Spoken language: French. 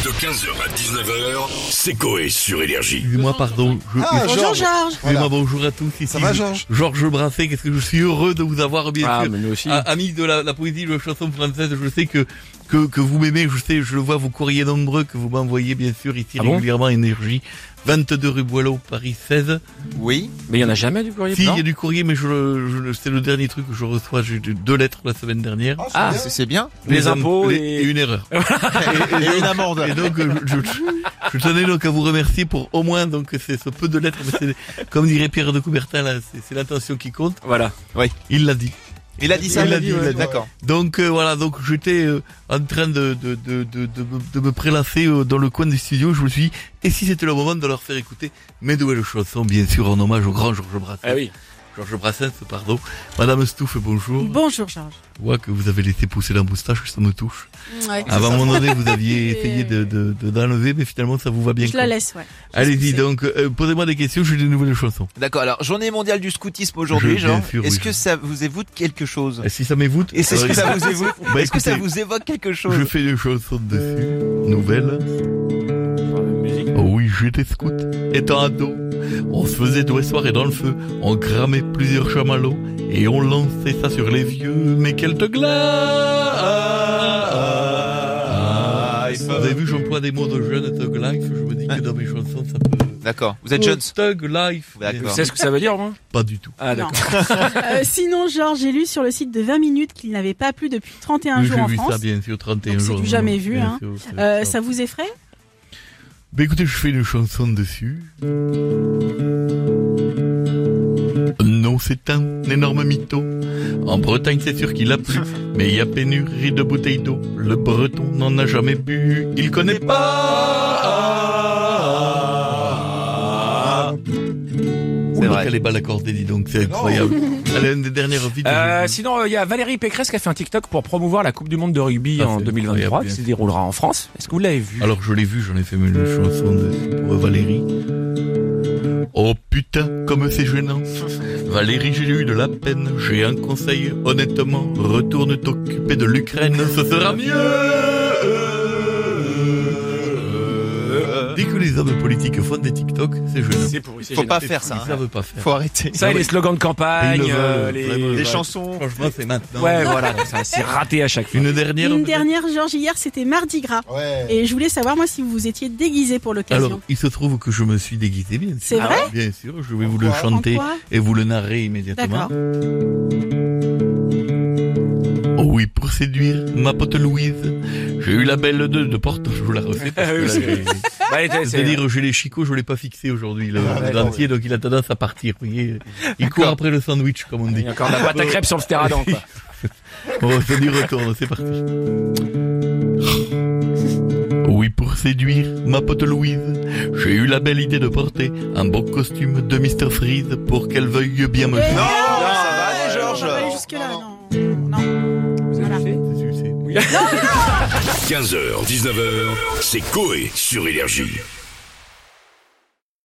De 15h à 19h, c'est Coé sur Énergie. Excusez-moi, pardon. Bonjour Georges. Excusez-moi, bonjour à tous. Ici, Ça va, Georges? Georges Brassens, qu'est-ce que je suis heureux de vous avoir, bien sûr. Mais nous aussi. Amis de la poésie, de la chanson française, je sais que vous m'aimez, je le vois, vos courriers nombreux que vous m'envoyez, bien sûr, ici régulièrement, Énergie. 22 rue Boileau, Paris 16. Oui. Mais il y en a jamais du courrier. Si, il non y a du courrier, mais c'est le dernier truc que je reçois. J'ai eu 2 lettres la semaine dernière. Ah, c'est bien. les impôts et une erreur. Et une amende. Et donc, je tenais donc à vous remercier pour au moins, donc, c'est ce peu de lettres, mais c'est, comme dirait Pierre de Coubertin, là, c'est l'intention qui compte. Voilà. Il l'a dit. Il a dit ça. Il a dit, ouais. D'accord. Donc, voilà, donc, j'étais, en train de me prélasser dans le coin du studio. Je me suis dit, et si c'était le moment de leur faire écouter mes nouvelles chansons, bien sûr, en hommage au grand Georges Brassens. Ah oui. Georges Brassens, pardon. Madame Stouff, bonjour. Bonjour Georges. Je vois que vous avez laissé pousser la moustache, ça me touche. Ouais. À un moment donné, vous aviez essayé d'enlever, mais finalement, ça vous va bien. Je la laisse, ouais. Allez-y, donc, posez-moi des questions, j'ai des nouvelles chansons. D'accord. Alors, journée mondiale du scoutisme aujourd'hui, Bien Jean. sûr, Est-ce oui, que ça vous évoque quelque chose? Et si ça m'évoute? Est-ce que ça vous évoque? Bah, Est-ce que ça écoutez, vous évoque quelque chose? je fais des chansons dessus, nouvelles. Oh oui, j'étais scout, étant ado. On se faisait tous les soirs dans le feu, on cramait plusieurs chamallows, et on lançait ça sur les vieux, mais quelle te glace! Vous avez vu, j'emploie des mots de jeune, Thug Life, je me dis que dans mes chansons, ça peut... D'accord. Vous êtes jeune. Thug Life. D'accord. Tu sais ce que ça veut dire, moi? Pas du tout. Ah, Non. d'accord. Sinon, Georges, j'ai lu sur le site de 20 minutes qu'il n'avait pas plu depuis 31 Oui, jours j'ai en vu France. ça, bien sûr, 31 Donc, c'est jours. du jamais vu, bien hein. sûr, c'est Ça vous effraie? Ben écoutez, je fais une chanson dessus. Non, c'est un énorme mytho. En Bretagne, c'est sûr qu'il a plu, mais il y a pénurie de bouteilles d'eau. Le Breton n'en a jamais bu, il connaît pas. C'est vrai. Elle est balle accordée, dis donc, c'est incroyable. Elle est une des dernières vies. Sinon, il y a Valérie Pécresse qui a fait un TikTok pour promouvoir la Coupe du Monde de rugby Ah, en c'est 2023, incroyable, qui se déroulera en France. Est-ce que vous l'avez vu? Alors je l'ai vu, j'en ai fait une chanson pour Valérie. Oh putain, comme c'est gênant. Valérie, j'ai eu de la peine. J'ai un conseil, honnêtement. Retourne t'occuper de l'Ukraine, ce sera mieux. Dès que les hommes politiques font des TikTok, c'est gênant. C'est pourri, c'est Faut gênant. pas faire ça. Ils savent pas faire. Faut arrêter. Ça et les slogans de campagne, Ils le veulent, les... vraiment. Les chansons. Franchement, c'est maintenant. Ouais, voilà, ça, c'est raté à chaque fois. Une dernière. Une dernière, Georges, hier, c'était Mardi Gras. Ouais. Et je voulais savoir, moi, si vous vous étiez déguisé pour l'occasion. Alors, il se trouve que je me suis déguisé, bien sûr. C'est vrai? Bien sûr, je vais vous le chanter En quoi et vous le narrer immédiatement. D'accord. Oh oui, pour séduire ma pote Louise, j'ai eu la belle de porte, je vous la refais parce que Oui, là, c'est- c'est-à-dire, j'ai les chicots, je l'ai pas fixé aujourd'hui, le dentier, donc il a tendance à partir, vous voyez. Il court après le sandwich, comme on Il dit. y a encore de la pâte à crêpes sur le stéradon, quoi. Bon, c'est du retour, c'est parti. Oui, pour séduire ma pote Louise, j'ai eu la belle idée de porter un beau costume de Mr. Freeze pour qu'elle veuille bien me Eh faire. non, ça va aller, on Georges. va pas aller jusque-là, non. Vous Voilà. avez fait? 15h, 19h, c'est Coé sur Énergie.